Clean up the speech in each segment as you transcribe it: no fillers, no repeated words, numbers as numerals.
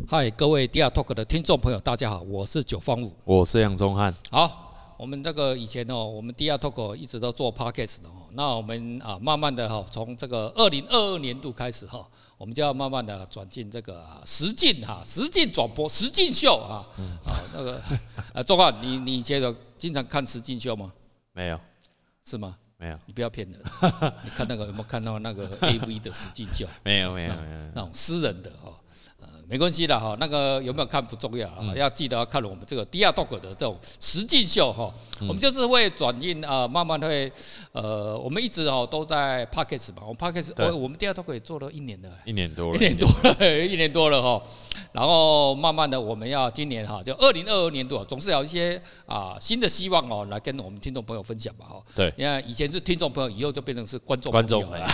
嗨，各位第二 Talk 的听众朋友，大家好，我是九方五， 我是杨宗翰。 好，我们这个以前我们第二 Talk 一直都做 Podcast 的那我们慢慢的从这个2022年度开始我们就要慢慢的转进这个实境转播、实境秀那个宗翰，你以前有经常看实境秀吗？ 没有， 是吗？ 没有， 你不要骗人。你看那个有没有看到那个 AV 的实境秀？ 没有， 那种私人的没关系的那个有没有看不重要要记得要看我们这个第二 Talk 的这种实境秀我们就是会转进慢慢会我们一直都在 Podcast 嘛，我们 Podcast 我们第二 Talk 也做了1年了，1年多了然后慢慢的我们要今年就2022年度总是有一些新的希望来跟我们听众朋友分享吧对， 因为以前是听众朋友，以后就变成是观众朋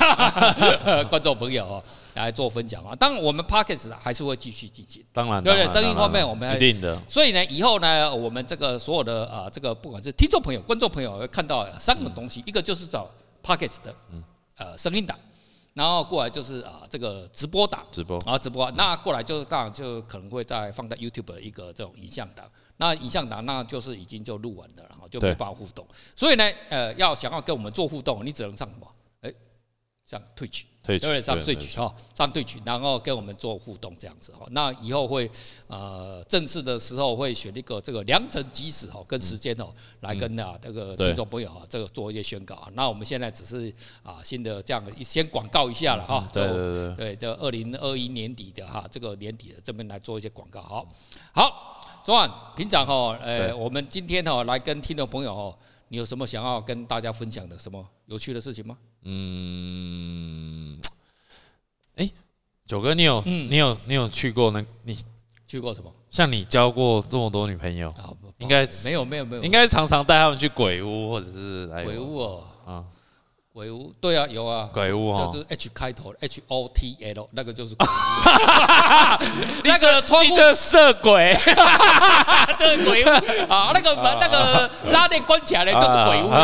友来做分享当然我们 Podcast 还是会继续进行， 当然， 对不对？声音方面我们一定的。 所以呢，以后呢，我们这个所有的这个不管是听众朋友、观众朋友，会看到3个东西，一个就是找 Podcast 的声音档，然后过来就是这个直播档，直播，那过来就当然就可能会再放在 YouTube 的一个这种影像档。那影像档那就是已经就录完了，然后就没办法互动。所以呢，想要跟我们做互动，你只能上什么？上 Twitch。对，上Twitch，然后跟我们做互动这样子那以后会正式的时候会选一个这个良辰吉时跟时间来跟这个听众朋友这个做一些宣告那我们现在只是新的这样先广告一下了对，这2021年底的这个年底的这边来做一些广告好，宗翰，平常我们今天来跟听众朋友你有什么想要跟大家分享的什么有趣的事情吗？ 九哥，你有去过你去过什么？ 像你交过这么多女朋友，应该没有， 应该常常带他们去鬼屋或者是来鬼屋鬼屋对啊，有啊， 鬼屋就是 H 开头 HOTL 那个就是鬼屋，那个窗户色鬼， 对鬼屋那个门那个拉链关起来了就是鬼屋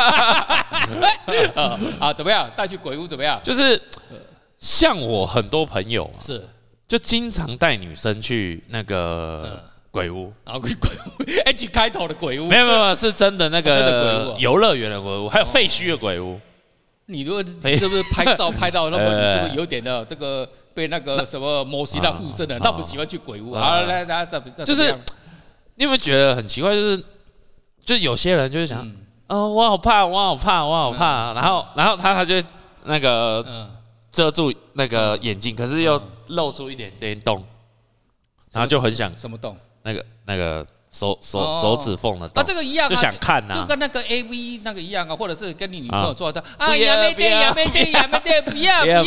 了怎么样？带去鬼屋怎么样？ 就是像我很多朋友是就经常带女生去那个鬼屋鬼屋 H 开头的鬼屋， 没有，是真的那个游乐园的鬼屋，还有废墟的鬼屋。 你如果是不是拍照拍到那么你是不是有点的这个被那个什么魔型的附身的？那不喜欢去鬼屋来就是你有没有觉得很奇怪？就是有些人就是想我好怕，然后他就那个遮住那个眼睛，可是又露出一点点洞，然后就很想什么洞？ 那个手指缝的洞， 这个一样就想看就跟那个 AV 那个一样或者是跟你女朋友做的呀没得，不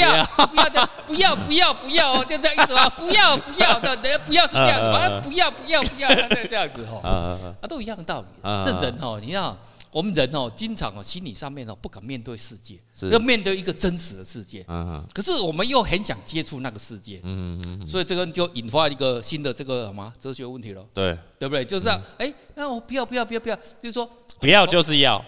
要，就这样一直不要是这样子，不要，这样子都一样的道理。这人你知道。我们人经常心理上面不敢面对世界，要面对一个真实的世界。可是我们又很想接触那个世界。所以这个就引发一个新的这个什么哲学问题了。对不对？就是这样。那我不要，就是说不要就是要，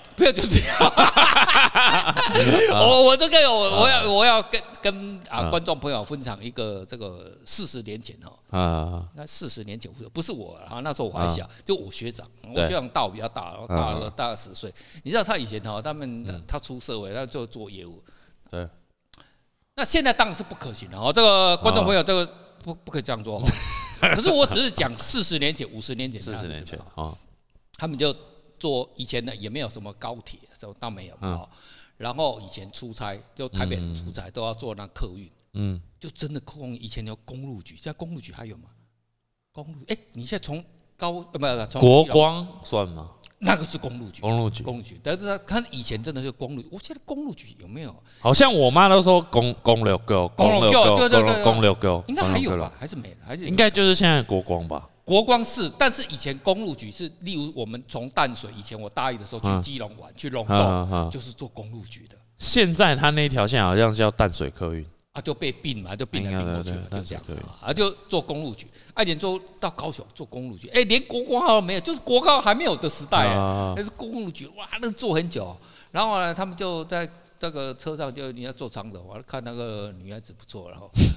我这个我要跟观众朋友分享一个这个40年前那40年前不是我那时候我还小，就我学长大我比较大，然后大了10岁。你知道他以前他出社会他就做业务， 对。 那现在当然是不可行了这个观众朋友这个不可以这样做可是我只是讲40年前、50年前他们就做以前呢也没有什么高铁，什么倒没有然后以前出差就台北人出差都要坐那客运，就真的以前有公路局，现在公路局还有吗？公路你现在从国光算吗？ 那个是公路局，但是他看以前真的是公路，我现在公路局有没有？ 好像我妈都说公路局， 应该还有吧？还是没了？还是应该就是现在国光吧？ 国光是，但是以前公路局是，例如我们从淡水，以前我大一的时候去基隆玩，去龙洞，就是做公路局的。 现在他那条线好像叫淡水客运就被并嘛，就并来并过去了，就这样子就做公路局。连做到高雄做公路局，连国光号都没有，就是国光还没有的时代那是公路局，哇，那做很久。然后呢，他们就在这个车上就你要坐长的，我看那个女孩子不错，然后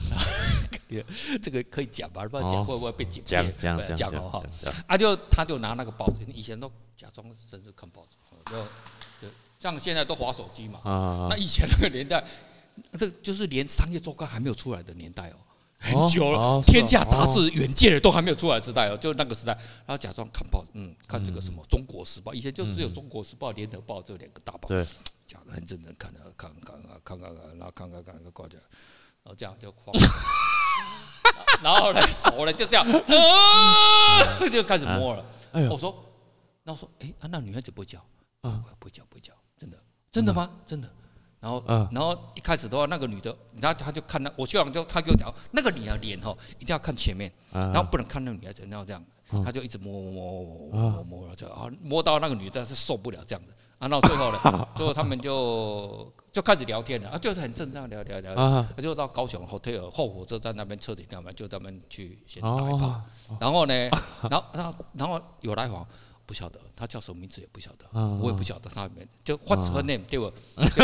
这个可以讲吧？不然讲会不会被警讲哦哈？他就拿那个报纸，以前都假装甚至看报纸，就像现在都滑手机嘛。那以前那个年代，这就是连商业周刊还没有出来的年代哦。很久了，天下杂志、远见的都还没有出来的时代哦，就那个时代，然后假装看报纸，看这个什么《中国时报》，以前就只有《中国时报》、《联合报》这两个大报，讲得很认真，看，然后看，挂着，然后这样就慌，然后呢手呢就这样，就开始摸了。我说，那女孩子不会叫，不会叫，真的吗？真的。然后一开始的话，那个女的，然后他就看我学长他给我讲，那个你的脸一定要看前面，然后不能看那个女孩子，然后这样，他就一直摸，摸到那个女的是受不了这样子，然后最后呢，最后他们就开始聊天了，就是很正常聊，就到高雄hotel 后火车站那边车停那边，就他们去先打一炮，然后呢，然后有来访。不晓得他叫什么名字也不晓得，我也不晓得他就 What's her name 对不？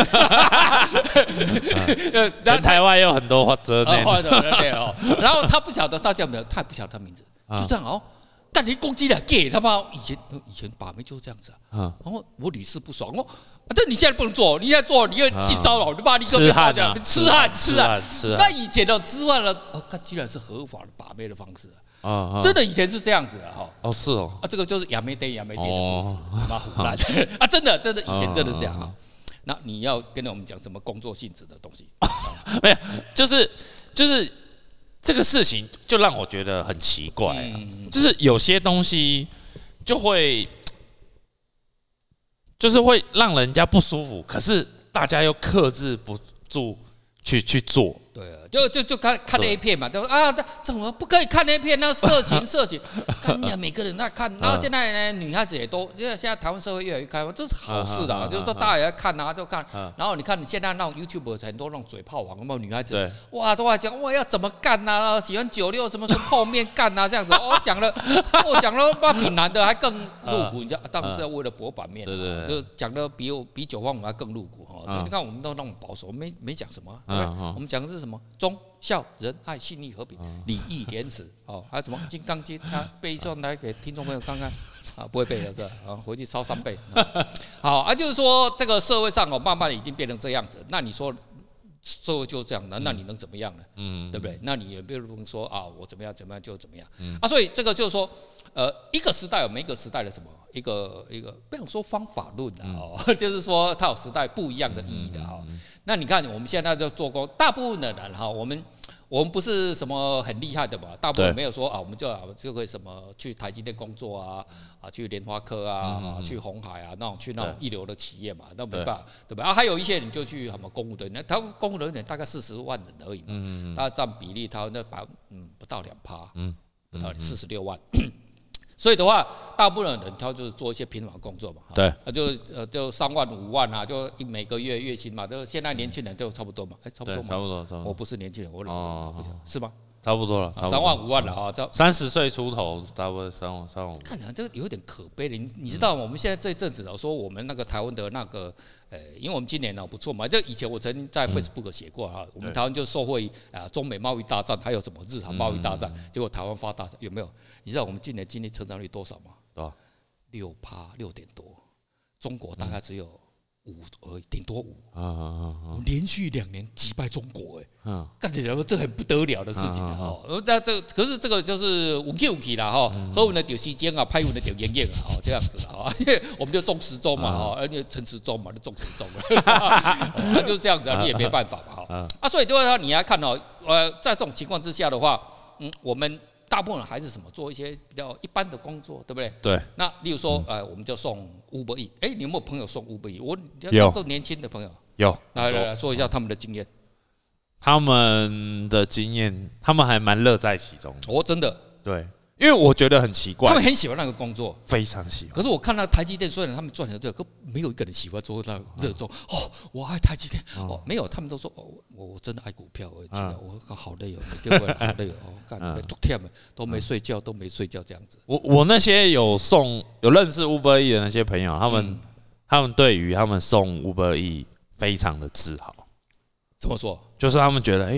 全台湾有很多 What's her name 然后他不晓得他叫没有，他也不晓得他名字，就这样哦。但你攻击了 gay 他妈以前把妹就是这样子啊。然后我屡试不爽，但你现在不能做，你现在做你又性骚扰，你把你吃汉啊，吃汉。那以前吃饭了，看居然是合法的把妹的方式。真的以前是这样子的哈。 是哦。 这个就是亚美爹的故事，妈胡乱的真的以前真的是这样哈。那你要跟我们讲什么工作性质的东西？ 没有，就是这个事情就让我觉得很奇怪就是有些东西就是会让人家不舒服，可是大家又克制不住去做。 对啊，就看 A 片嘛，就怎么不可以看 A 片？那色情，看你每个人在看。然后现在呢，女孩子也都，因为现在台湾社会越来越开放，这是好事的，就都大家也在看啊，就看。然后你看你现在那种 YouTube 很多那种嘴炮王，有没有女孩子？哇，都在讲哇要怎么干啊，喜欢96什么后面干啊这样子。讲了，那比男的还更露骨，你知道？当然是为了博版面，就讲的比9方5还更露骨哈。你看我们都那么保守，没讲什么，我们讲的是什么忠孝仁爱信义和平礼义廉耻还有什么金刚经背上来给听众朋友看看不会背的是回去抄3倍好就是说这个社会上慢慢已经变成这样子，那你说社会就是这样的，那你能怎么样呢？对不对？那你也不能说我怎么样就怎么样所以这个就是说一个时代有每一个时代的什么一个不想说方法论就是说它有时代不一样的意义的那你看我们现在在做工，大部分的人我们不是什么很厉害的嘛，大部分没有说我们就可以什么去台积电工作去联发科去鸿海那种去那种一流的企业嘛，那没办法，对吧？还有一些你就去什么公务人员，他公务人员大概40万人而已嘛，他占比例他那不到2%，不到46万。所以的话，大部分人他就是做一些平凡工作嘛， 对， 就3万5万就每个月薪嘛，就现在年轻人就差不多嘛，差不多嘛， 差不多。我不是年轻人，我老是吗？ 差不多了 ，3万5万了 30岁出头，差不多3万5。 看起来这个有点可悲的，你知道我们现在这一阵子说我们那个台湾的那个，因为我们今年不错嘛，就以前我曾经在 Facebook 写过我们台湾就受惠中美贸易大战，还有什么日韩贸易大战，结果台湾发大财，有没有？你知道我们今年经济成长率多少吗？6%，6点多，中国大概只有5而已，顶多5。连续2年击败中国干起来这很不得了的事情可是这个就是有气啦好运的就时间歹运的就演演这样子因为我们就重时钟嘛而且陈时钟嘛就重时钟了就是这样子你也没办法嘛所以就说你来看在这种情况之下的话我们大部分人还是什么做一些比较一般的工作，对不对？ 对。 那例如说，我们就送 Uber Eats，你有没有朋友送 Uber Eats？ 有， 都年轻的朋友。 有。 来说一下他们的经验。 他们还蛮乐在其中。 真的。 对。因为我觉得很奇怪， 他们很喜欢那个工作， 非常喜欢。 可是我看到台积电，虽然他们赚钱对，可没有一个人喜欢做那热衷。我爱台积电。没有，他们都说我真的爱股票，我好累每天回来好累干昨天都没睡觉这样子。 我那些有认识 Uber Eats 的那些朋友，他们对于他们送 Uber Eats 非常的自豪。 怎么说？ 就是他们觉得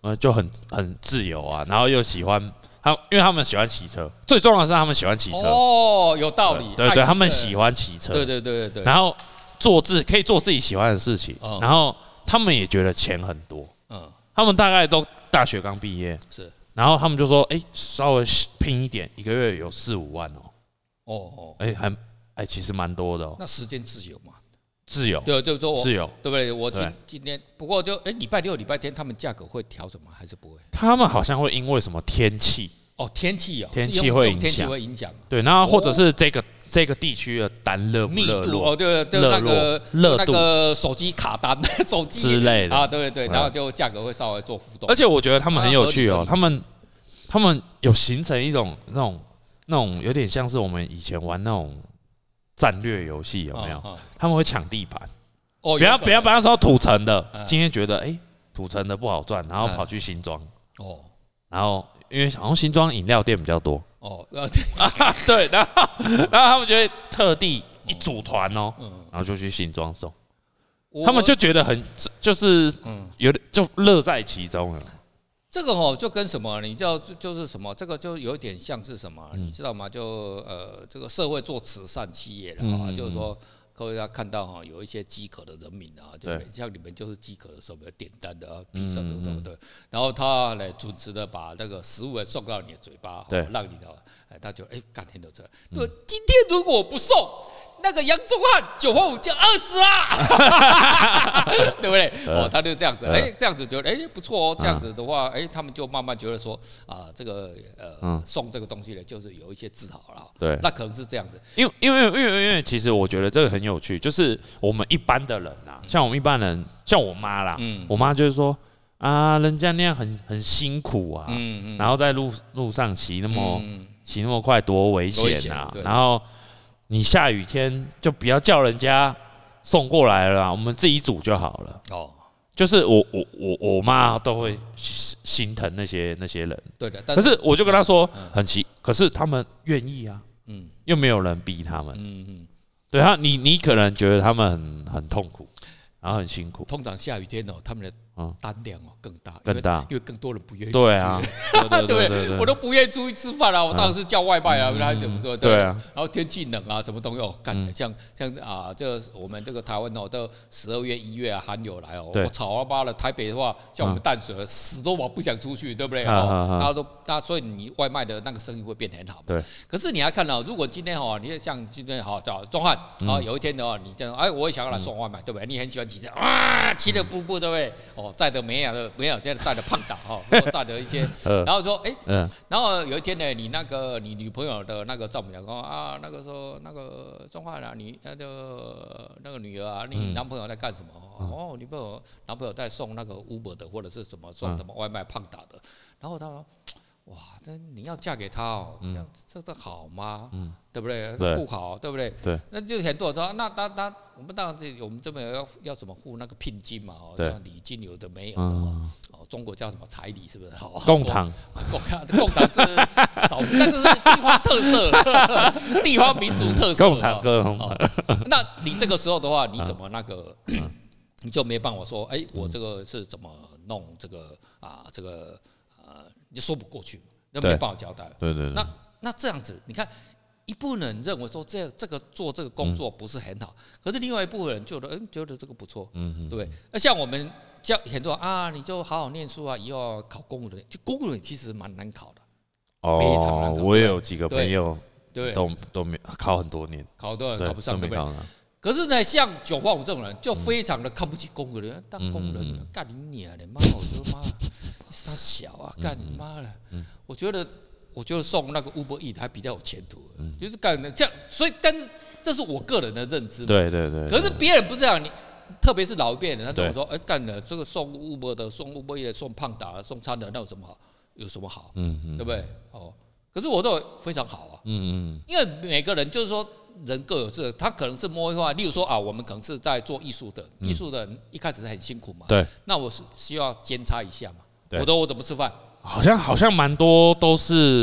就很自由啊，然后又喜欢因为他们喜欢骑车，最重要的是他们喜欢骑车。 哦，有道理。 对，他们喜欢骑车。 对。 然后可以做自己喜欢的事情，然后他们也觉得钱很多。他们大概都大学刚毕业， 是， 然后他们就说，稍微拼一点，一个月有4-5万哦。 其实蛮多的哦。 那时间自由嘛？ 自由， 对，自由，对不对？我今天不过就礼拜六、礼拜天他们价格会调整吗？还是不会？ 他们好像会因为什么天气？ 天气会影响。 对，然后或者是这个地区的单热密度对， 那个手机卡单、手机之类的对，然后就价格会稍微做浮动。 而且我觉得他们很有趣哦，他们有形成一种那种有点像是我们以前玩那种战略游戏，有没有？他们会抢地盘。不要把那时候土城的，今天觉得土城的不好赚，然后跑去新庄。然后因为好像新庄饮料店比较多。对，然后他们就会特地一组团然后就去新庄送。他们就觉得就是有点就乐在其中了。 这个就跟什么，你知道就是什么，这个就有一点像是什么，你知道吗？就这个社会做慈善企业了就是说各位要看到有一些饥渴的人民对不对？像你们就是饥渴的时候要点单的披萨对不对？然后他来准时的把那个食物送到你的嘴巴，让你他就干天都这样。对，今天如果不送，那个杨宗翰985就饿死啦，对不对？他就这样子，这样子觉得不错这样子的话，他们就慢慢觉得说这个送这个东西呢，就是有一些自豪了。 对， 那可能是这样子。 因为其实我觉得这个很有趣，就是我们一般的人像我们一般人，像我妈啦，我妈就是说人家那样很辛苦啊，然后在路上骑那么快多危险啊，然后你下雨天就不要叫人家送过来了，我们自己煮就好了。就是我妈都会心疼那些人。对的，可是我就跟她说可是他们愿意啊，又没有人逼他们。对你可能觉得他们很痛苦，然后很辛苦。 通常下雨天他们的单量更大，因为更多人不愿意。 对啊， 对，我都不愿意出去吃饭了，我当然是叫外卖啊，还怎么做？对啊。然后天气冷啊，什么东西干像这我们这个台湾都12月、1月寒流来我操他妈的！台北的话，像我们淡水死都我不想出去，对不对？然后所以你外卖的那个生意会变得很好。 对。 可是你要看如果今天你像今天叫钟汉有一天的话，你这样我也想要来送外卖，对不对？你很喜欢骑车骑得步步，对不对？载的没有这样载的胖岛或载的一些，然后说然后有一天呢，你女朋友的那个丈母娘说那个说那个钟汉你那个女儿你男朋友在干什么？男朋友在送那个 Uber 的或者是什么送什么外卖胖达的，然后他说哇，这你要嫁给他这个好吗？对不对？不好，对不对？ 对， 那就很多人说，那我们当然我们这边要什么付那个聘金嘛，像礼金有的没有的中国叫什么彩礼是不是？ 共堂是少，那个是地方特色，地方民族特色。 共堂那你这个时候的话，你怎么那个？你就没办法说，我这个是怎么弄这个这个你就说不过去，那没办法交代。 对。 那这样子，你看，一部分人认为说这个做这个工作不是很好，可是另外一部分人觉得这个不错，对不对？那像我们像很多人你就好好念书以后考公务员，就公务员其实蛮难考的，非常难考。 我也有几个朋友，都没考很多年， 考不上，对不对？可是呢，像985这种人，就非常的看不起公务员，当公务员干你娘的妈！我觉得妈，傻小干你妈的！我觉得送那个 Uber Eats 还比较有前途，就是干这样，所以但是这是我个人的认知。 对。 可是别人不这样，特别是老一辈人，他跟我说：“干的这个送 Uber 的、送 Uber Eats 送胖达、送餐的，那有什么好？有什么好？对不对？可是我都非常好因为每个人就是说。人各有志，他可能是摸一块，例如说我们可能是在做艺术的，艺术的人一开始是很辛苦嘛， 对， 那我是需要兼差一下嘛，我怎么吃饭？ 好像蛮多都是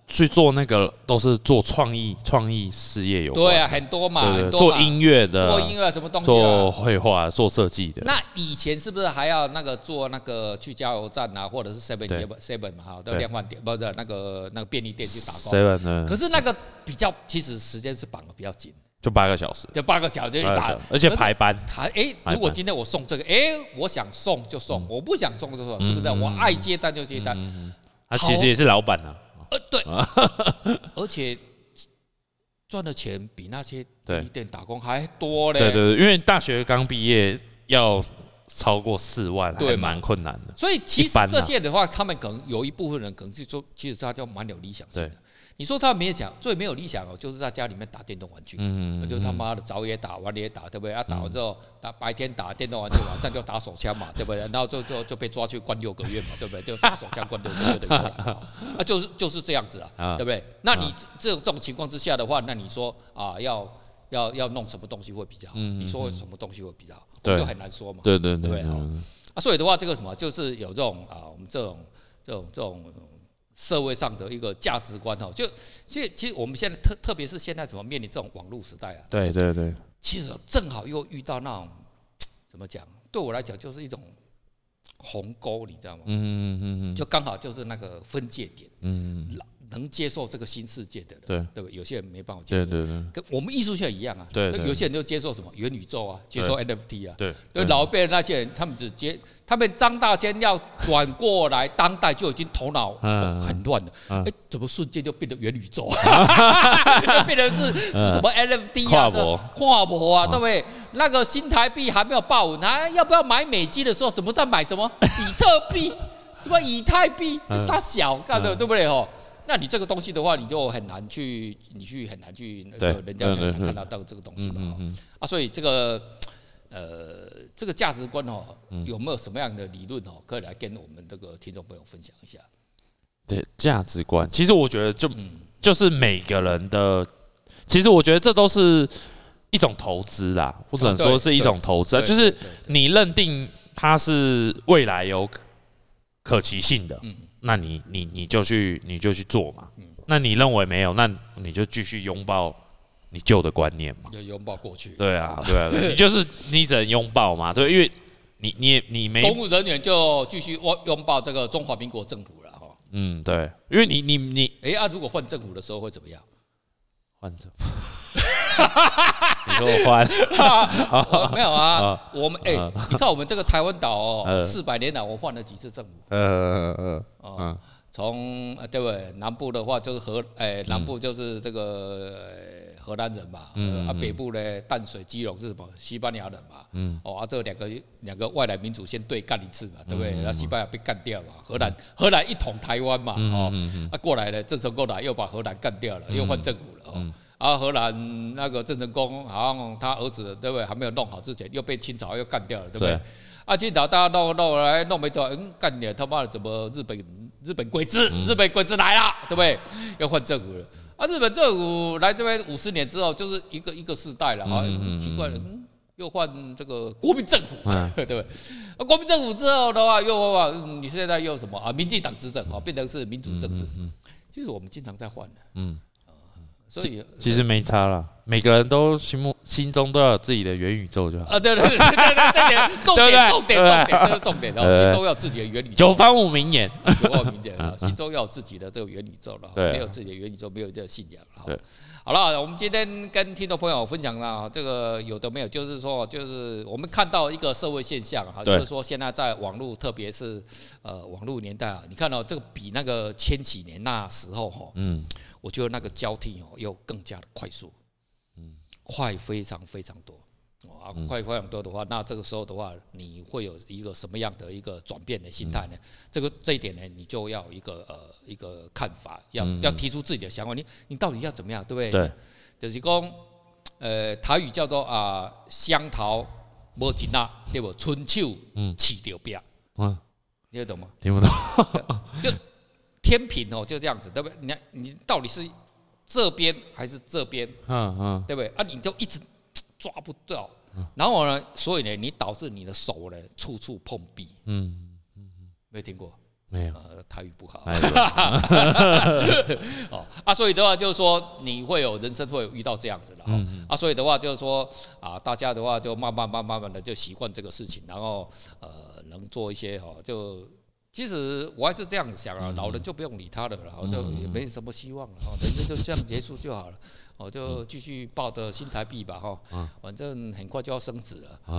去做那个都是做创意事业有关。 对啊，很多嘛， 对很多做音乐的， 做音乐什么东西、 做绘画、做设计的。 那以前是不是还要那个做那个去加油站啊，或者是 Seven 嘛，哈，到量贩店不是那个便利店去打工。 7 可是那个比较，其实时间是绑得比较紧。 就8个小时， 就8个小时就去打， 而且排班。 如果今天我送这个，我想送就送，我不想送就送，是不是？我爱接单就接单。 他其实也是老板啊。 对，而且赚的钱比那些便利店打工还多嘞。 对，因为大学刚毕业要超过4万，还蛮困难的。 所以其实这些的话，他们可能有一部分人可能就说，其实他就蛮有理想性的。你说他没有想，最没有理想哦，就是在家里面打电动玩具，就他妈的早也打，晚也打，对不对？打完之后，白天打电动玩具，晚上就打手枪嘛，对不对？然后就被抓去关6个月嘛，对不对？就打手枪关6个月的游览，就是这样子啊，对不对？那你这种情况之下的话，那你说啊，要弄什么东西会比较好？你说什么东西会比较好？我就很难说嘛，对不对？所以的话，这个什么，就是有这种我们这种。社会上的一个价值观其实我们现在特别是现在怎么面临这种网络时代啊？ 对， 其实正好又遇到那种怎么讲？对我来讲就是一种鸿沟，你知道吗？就刚好就是那个分界点，能接受这个新世界的人，对不对？有些人没办法接受，跟我们艺术圈一样啊。有些人就接受什么元宇宙啊，接受 NFT 啊。对，老一辈的那些人，他们张大千要转过来，当代就已经头脑很乱了。怎么瞬间就变得元宇宙啊？变成是什么 NFT 啊？跨博啊，对不对？那个新台币还没有爆稳，要不要买美金的时候，怎么在买什么比特币、什么以太币？傻小干的，对不对？那你这个东西的话，你就很难去，很难去人家很难看到这个东西嘛。所以这个价值观有没有什么样的理论可以来跟我们这个听众朋友分享一下？ 对，价值观，其实我觉得就是每个人的，其实我觉得这都是一种投资啦，或者说是一种投资，就是你认定它是未来有可期性的。那你就去做嘛。那你认为没有，那你就继续拥抱你旧的观念嘛。 就拥抱过去。 对啊，你只能拥抱嘛。对，因为你没公务人员就继续拥抱这个中华民国政府了哈。 对，因为你如果换政府的时候会怎么样？ 换政府？你说我换？ 没有啊，我们你看我们这个台湾岛400年来，我换了几次政府？从对不对？南部的话就是南部就是这个荷兰人嘛，北部呢淡水、基隆是什么？西班牙人嘛，这两个外来民族先对干一次嘛，对不对？然后西班牙被干掉嘛，荷兰一统台湾嘛，过来了，郑成功来又把荷兰干掉了，又换政府了，荷兰那个郑成功好像他儿子对不对？还没有弄好之前，又被清朝又干掉了，对不对？清朝大家弄来弄没多，干你他妈的怎么日本鬼子来了，对不对？要换政府了，日本政府来这边50年之后，就是一个世代了奇怪了，又换这个国民政府，对不对？国民政府之后的话，你现在又什么民进党执政变成是民主政治，其实我们经常在换的，所以其实没差啦，每个人都心中都要有自己的元宇宙就好。 对，这点重点，这是重点心中要有自己的元宇宙。 9方5名言， 心中要有自己的这个元宇宙了，没有自己的元宇宙，没有这个信仰了。好了，我们今天跟听众朋友分享了这个有的没有，就是说，就是我们看到一个社会现象就是说现在在网络，特别是网络年代你看到这个比那个千禧年那时候我觉得那个交替又更加的快速，快非常非常多。快非常多的话，那这个时候的话，你会有一个什么样的一个转变的心态呢？这一点呢，你就要有一个看法，要提出自己的想法。你到底要怎么样，对不对？ 对， 就是讲，台语叫做香桃无钱啊，对不？春秋起着壁，你懂吗？ 听不懂。 就天平就这样子，对不对？你到底是这边还是这边？对不对？你就一直抓不到，然后呢，所以呢，你导致你的手呢处处碰壁。没有听过？ 没有， 台语不好。哦所以的话就是说，你会有人生会有遇到这样子的。所以的话就是说大家的话就慢慢的就习惯这个事情，然后能做一些就。其实我还是这样子想啊，老人就不用理他了，就也没什么希望了，人生就这样结束就好了，就继续抱着新台币吧，反正很快就要升值了，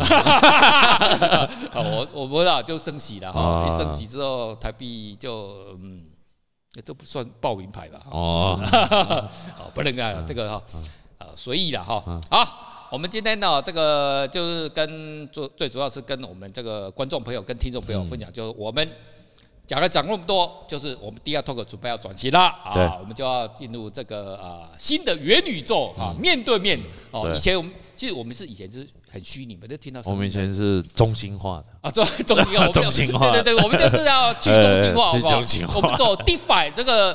我不知道就升息了一升息之后台币就都不算报名牌吧，不能啊，这个随意了好，我们今天呢，这个就是最主要是跟我们这个观众朋友跟听众朋友分享，就是我们。讲那么多，就是我们第二 talk 准备要转型啦我们就要进入这个新的元宇宙面对面以前其实我们以前是很虚拟，都听到我们以前是中心化的中心化， 中心化， 对，我们就是要去中心化，好不好？我们走 DeFi 这个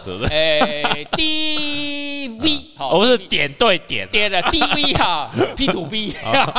DV， 我们是点对点的 DV P to B，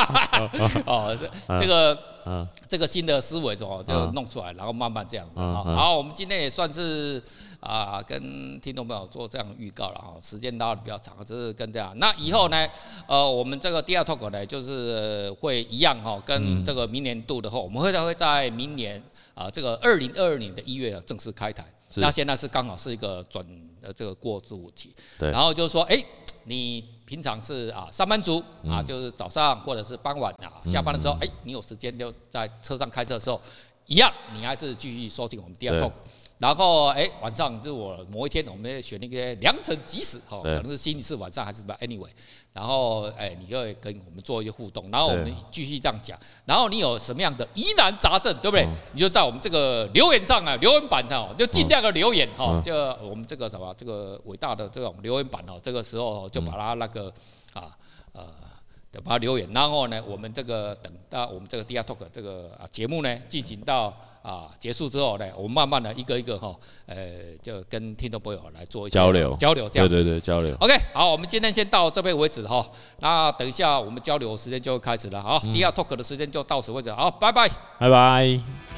这个新的思维就弄出来，然后慢慢这样子好，我们今天也算是跟听众朋友做这样的预告了时间拉的比较长，这是跟这样。那以后呢，我们这个第二 talk 呢，就是会一样跟这个明年度的话，我们会在明年这个2022年的1月正式开台。那现在是刚好是一个这个过渡期，然后就是说，你平常是上班族就是早上或者是傍晚下班的时候，你有时间就在车上开车的时候，一样你还是继续收听我们第二 talk。然后晚上就是我某一天我们选那个良辰吉时可能是星期四晚上还是什么 anyway， 然后你就会跟我们做一些互动，然后我们继续这样讲，然后你有什么样的疑难杂症，对不对？你就在我们这个留言上留言板上就尽量的留言就我们这个这个伟大的这种留言板这个时候就把它把它留言，然后呢，我们这个等到我们这个第二 talk 这个节目呢进行到结束之后呢，我们慢慢的一个一个就跟听众朋友来做一些交流这样子。 对交流。 OK， 好，我们今天先到这边为止那等一下我们交流的时间就会开始了。好，第二 talk 的时间就到此为止。好，拜拜。 拜拜。